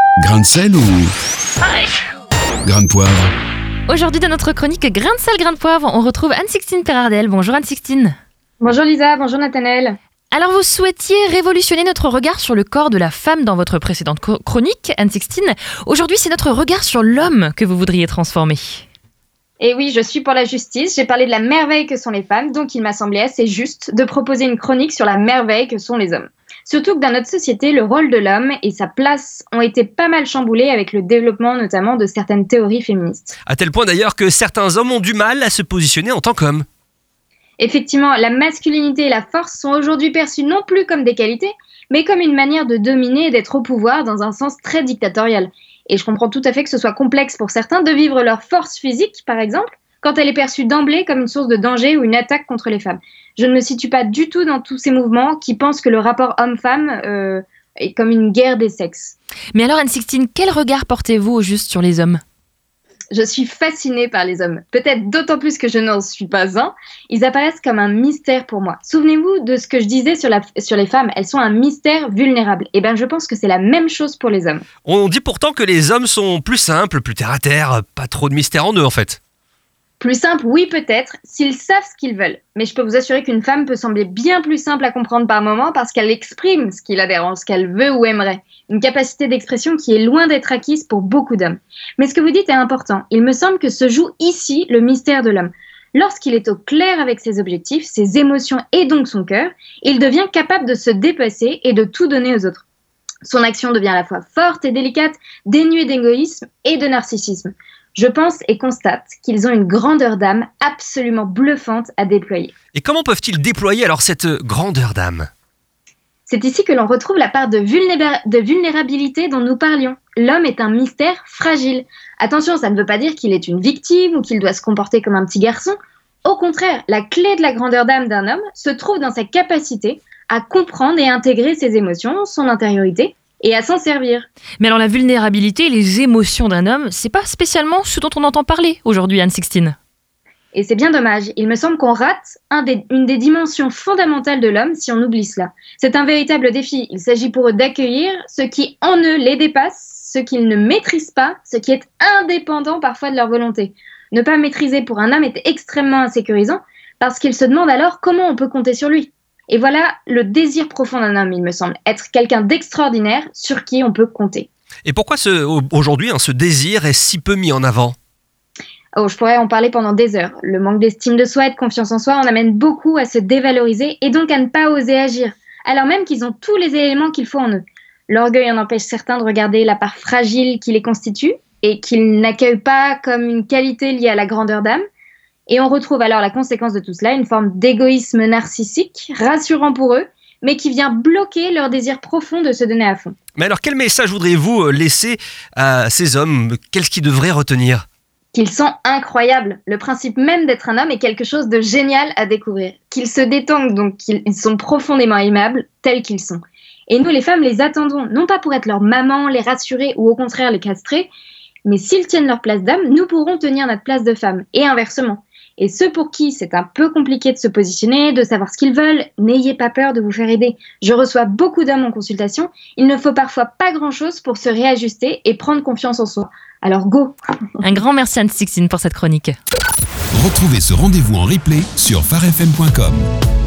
Grain de sel ou grain de poivre? Aujourd'hui dans notre chronique Grain de sel, grain de poivre, on retrouve Anne-Sixtine Perardel. Bonjour Anne-Sixtine. Bonjour Lisa, bonjour Nathanaël. Alors vous souhaitiez révolutionner notre regard sur le corps de la femme dans votre précédente chronique, Anne-Sixtine. Aujourd'hui c'est notre regard sur l'homme que vous voudriez transformer. Et oui, je suis pour la justice, j'ai parlé de la merveille que sont les femmes, donc il m'a semblé assez juste de proposer une chronique sur la merveille que sont les hommes. Surtout que dans notre société, le rôle de l'homme et sa place ont été pas mal chamboulés avec le développement notamment de certaines théories féministes. À tel point d'ailleurs que certains hommes ont du mal à se positionner en tant qu'hommes. Effectivement, la masculinité et la force sont aujourd'hui perçues non plus comme des qualités, mais comme une manière de dominer et d'être au pouvoir dans un sens très dictatorial. Et je comprends tout à fait que ce soit complexe pour certains de vivre leur force physique, par exemple, quand elle est perçue d'emblée comme une source de danger ou une attaque contre les femmes. Je ne me situe pas du tout dans tous ces mouvements qui pensent que le rapport homme-femme est comme une guerre des sexes. Mais alors Anne-Sixtine, quel regard portez-vous au juste sur les hommes ? Je suis fascinée par les hommes, peut-être d'autant plus que je n'en suis pas un. Ils apparaissent comme un mystère pour moi. Souvenez-vous de ce que je disais sur les femmes, elles sont un mystère vulnérable. Et bien je pense que c'est la même chose pour les hommes. On dit pourtant que les hommes sont plus simples, plus terre à terre, pas trop de mystère en eux en fait. Plus simple, oui peut-être, s'ils savent ce qu'ils veulent. Mais je peux vous assurer qu'une femme peut sembler bien plus simple à comprendre par moments parce qu'elle exprime ce qui la dérange, ce qu'elle veut ou aimerait. Une capacité d'expression qui est loin d'être acquise pour beaucoup d'hommes. Mais ce que vous dites est important. Il me semble que se joue ici le mystère de l'homme. Lorsqu'il est au clair avec ses objectifs, ses émotions et donc son cœur, il devient capable de se dépasser et de tout donner aux autres. Son action devient à la fois forte et délicate, dénuée d'égoïsme et de narcissisme. Je pense et constate qu'ils ont une grandeur d'âme absolument bluffante à déployer. Et comment peuvent-ils déployer alors cette grandeur d'âme ? C'est ici que l'on retrouve la part de vulnérabilité dont nous parlions. L'homme est un mystère fragile. Attention, ça ne veut pas dire qu'il est une victime ou qu'il doit se comporter comme un petit garçon. Au contraire, la clé de la grandeur d'âme d'un homme se trouve dans sa capacité à comprendre et intégrer ses émotions, son intériorité, et à s'en servir. Mais alors la vulnérabilité et les émotions d'un homme, c'est pas spécialement ce dont on entend parler aujourd'hui, Anne-Sixtine. Et c'est bien dommage. Il me semble qu'on rate une des dimensions fondamentales de l'homme si on oublie cela. C'est un véritable défi. Il s'agit pour eux d'accueillir ce qui en eux les dépasse, ce qu'ils ne maîtrisent pas, ce qui est indépendant parfois de leur volonté. Ne pas maîtriser pour un homme est extrêmement insécurisant parce qu'il se demande alors comment on peut compter sur lui. Et voilà le désir profond d'un homme, il me semble. Être quelqu'un d'extraordinaire sur qui on peut compter. Et pourquoi aujourd'hui ce désir est si peu mis en avant ? Oh, je pourrais en parler pendant des heures. Le manque d'estime de soi et de confiance en soi en amène beaucoup à se dévaloriser et donc à ne pas oser agir, alors même qu'ils ont tous les éléments qu'il faut en eux. L'orgueil en empêche certains de regarder la part fragile qui les constitue et qu'ils n'accueillent pas comme une qualité liée à la grandeur d'âme. Et on retrouve alors la conséquence de tout cela, une forme d'égoïsme narcissique, rassurant pour eux, mais qui vient bloquer leur désir profond de se donner à fond. Mais alors quel message voudriez-vous laisser à ces hommes ? Qu'est-ce qu'ils devraient retenir ? Qu'ils sont incroyables. Le principe même d'être un homme est quelque chose de génial à découvrir. Qu'ils se détendent, donc qu'ils sont profondément aimables, tels qu'ils sont. Et nous, les femmes, les attendons, non pas pour être leur maman, les rassurer ou au contraire les castrer, mais s'ils tiennent leur place d'âme, nous pourrons tenir notre place de femme, et inversement. Et ceux pour qui c'est un peu compliqué de se positionner, de savoir ce qu'ils veulent, n'ayez pas peur de vous faire aider. Je reçois beaucoup d'hommes en consultation. Il ne faut parfois pas grand-chose pour se réajuster et prendre confiance en soi. Alors go! Un grand merci Anne-Sixtine pour cette chronique. Retrouvez ce rendez-vous en replay sur farfm.com.